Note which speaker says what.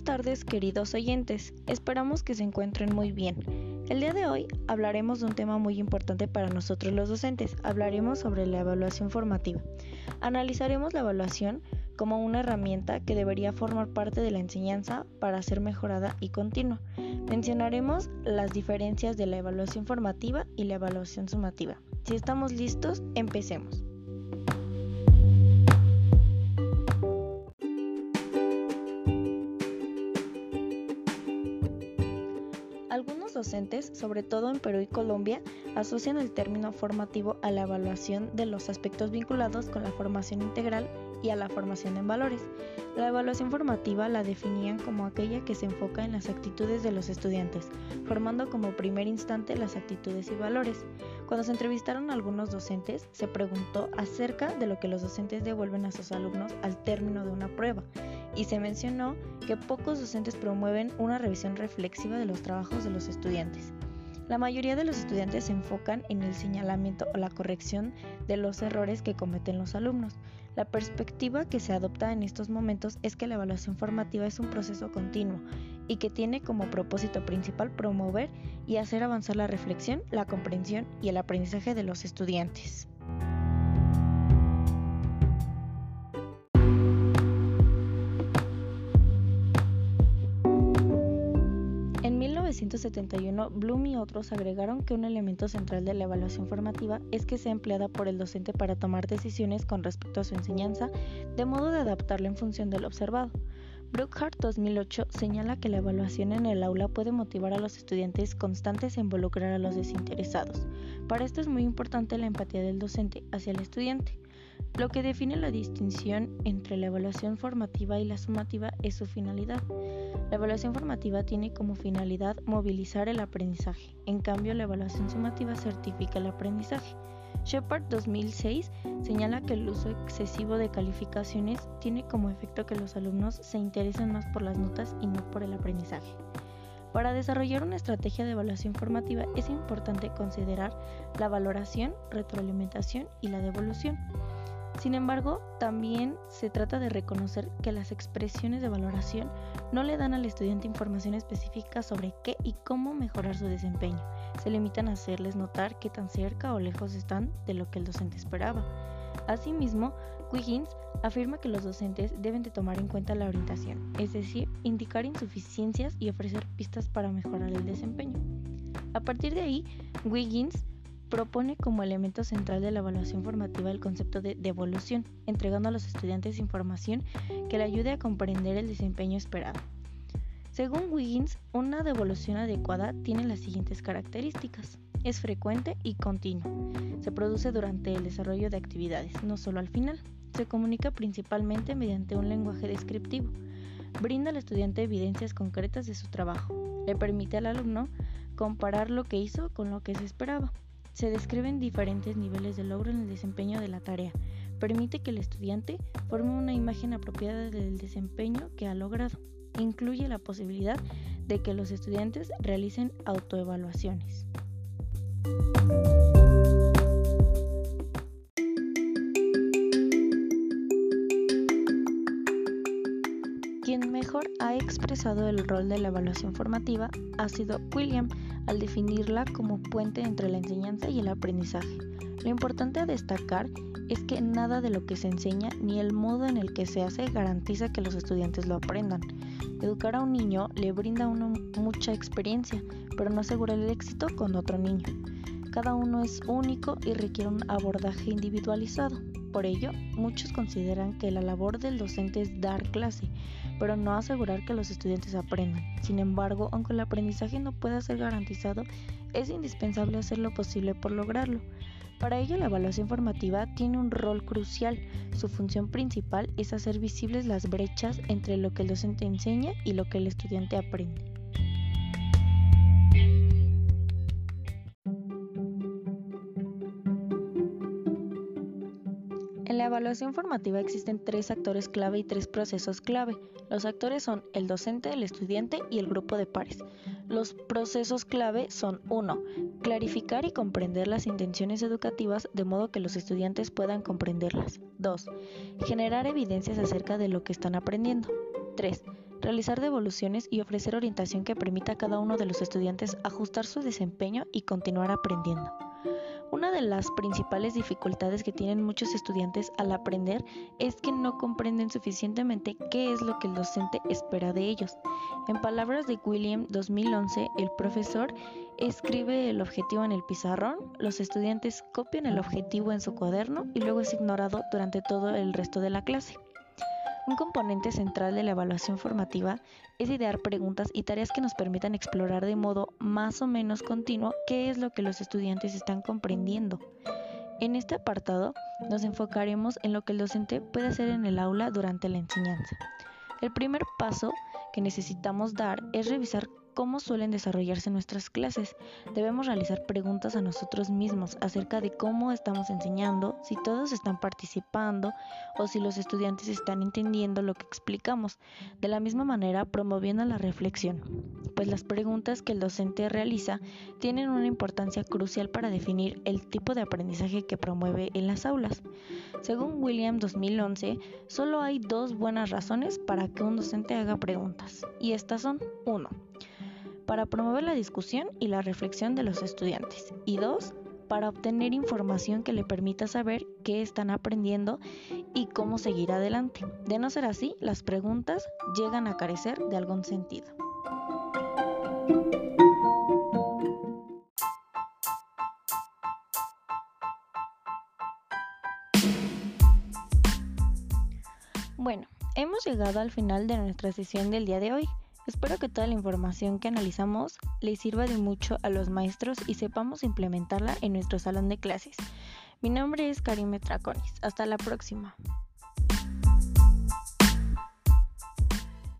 Speaker 1: tardes, queridos oyentes. Esperamos que se encuentren muy bien. El día de hoy hablaremos de un tema muy importante para nosotros los docentes. Hablaremos sobre la evaluación formativa. Analizaremos la evaluación como una herramienta que debería formar parte de la enseñanza para ser mejorada y continua. Mencionaremos las diferencias de la evaluación formativa y la evaluación sumativa. Si estamos listos, empecemos. Algunos docentes, sobre todo en Perú y Colombia, asocian el término formativo a la evaluación de los aspectos vinculados con la formación integral y a la formación en valores. La evaluación formativa la definían como aquella que se enfoca en las actitudes de los estudiantes, formando como primer instante las actitudes y valores. Cuando se entrevistaron a algunos docentes, se preguntó acerca de lo que los docentes devuelven a sus alumnos al término de una prueba, y se mencionó que pocos docentes promueven una revisión reflexiva de los trabajos de los estudiantes. La mayoría de los estudiantes se enfocan en el señalamiento o la corrección de los errores que cometen los alumnos. La perspectiva que se adopta en estos momentos es que la evaluación formativa es un proceso continuo y que tiene como propósito principal promover y hacer avanzar la reflexión, la comprensión y el aprendizaje de los estudiantes. En 1971, Bloom y otros agregaron que un elemento central de la evaluación formativa es que sea empleada por el docente para tomar decisiones con respecto a su enseñanza, de modo de adaptarla en función del observado. Brookhart 2008 señala que la evaluación en el aula puede motivar a los estudiantes constantes a involucrar a los desinteresados. Para esto es muy importante la empatía del docente hacia el estudiante. Lo que define la distinción entre la evaluación formativa y la sumativa es su finalidad. La evaluación formativa tiene como finalidad movilizar el aprendizaje, en cambio la evaluación sumativa certifica el aprendizaje. Shepard 2006 señala que el uso excesivo de calificaciones tiene como efecto que los alumnos se interesen más por las notas y no por el aprendizaje. Para desarrollar una estrategia de evaluación formativa es importante considerar la valoración, retroalimentación y la devolución. Sin embargo, también se trata de reconocer que las expresiones de valoración no le dan al estudiante información específica sobre qué y cómo mejorar su desempeño. Se limitan a hacerles notar qué tan cerca o lejos están de lo que el docente esperaba. Asimismo, Wiggins afirma que los docentes deben de tomar en cuenta la orientación, es decir, indicar insuficiencias y ofrecer pistas para mejorar el desempeño. A partir de ahí, Wiggins propone como elemento central de la evaluación formativa el concepto de devolución, entregando a los estudiantes información que le ayude a comprender el desempeño esperado. Según Wiggins, una devolución adecuada tiene las siguientes características. Es frecuente y continua. Se produce durante el desarrollo de actividades, no solo al final. Se comunica principalmente mediante un lenguaje descriptivo. Brinda al estudiante evidencias concretas de su trabajo. Le permite al alumno comparar lo que hizo con lo que se esperaba. Se describen diferentes niveles de logro en el desempeño de la tarea. Permite que el estudiante forme una imagen apropiada del desempeño que ha logrado. Incluye la posibilidad de que los estudiantes realicen autoevaluaciones. Quien mejor ha expresado el rol de la evaluación formativa ha sido William, al definirla como puente entre la enseñanza y el aprendizaje. Lo importante a destacar es que nada de lo que se enseña ni el modo en el que se hace garantiza que los estudiantes lo aprendan. Educar a un niño le brinda a uno mucha experiencia, pero no asegura el éxito con otro niño. Cada uno es único y requiere un abordaje individualizado. Por ello, muchos consideran que la labor del docente es dar clase, pero no asegurar que los estudiantes aprendan. Sin embargo, aunque el aprendizaje no pueda ser garantizado, es indispensable hacer lo posible por lograrlo. Para ello, la evaluación formativa tiene un rol crucial. Su función principal es hacer visibles las brechas entre lo que el docente enseña y lo que el estudiante aprende. En la evaluación formativa existen 3 actores clave y 3 procesos clave. Los actores son el docente, el estudiante y el grupo de pares. Los procesos clave son 1. Clarificar y comprender las intenciones educativas de modo que los estudiantes puedan comprenderlas. 2. Generar evidencias acerca de lo que están aprendiendo. 3. realizar devoluciones y ofrecer orientación que permita a cada uno de los estudiantes ajustar su desempeño y continuar aprendiendo. Una de las principales dificultades que tienen muchos estudiantes al aprender es que no comprenden suficientemente qué es lo que el docente espera de ellos. En palabras de William 2011, el profesor escribe el objetivo en el pizarrón, los estudiantes copian el objetivo en su cuaderno y luego es ignorado durante todo el resto de la clase. Un componente central de la evaluación formativa es idear preguntas y tareas que nos permitan explorar de modo más o menos continuo qué es lo que los estudiantes están comprendiendo. En este apartado nos enfocaremos en lo que el docente puede hacer en el aula durante la enseñanza. El primer paso que necesitamos dar es revisar cómo suelen desarrollarse nuestras clases. Debemos realizar preguntas a nosotros mismos acerca de cómo estamos enseñando, si todos están participando o si los estudiantes están entendiendo lo que explicamos. De la misma manera, promoviendo la reflexión, pues las preguntas que el docente realiza tienen una importancia crucial para definir el tipo de aprendizaje que promueve en las aulas. Según William 2011, solo hay 2 buenas razones para que un docente haga preguntas, y estas son: 1. Para promover la discusión y la reflexión de los estudiantes, y 2. Para obtener información que le permita saber qué están aprendiendo y cómo seguir adelante. De no ser así, las preguntas llegan a carecer de algún sentido. Bueno, hemos llegado al final de nuestra sesión del día de hoy. Espero que toda la información que analizamos les sirva de mucho a los maestros y sepamos implementarla en nuestro salón de clases. Mi nombre es Karime Traconis. Hasta la próxima.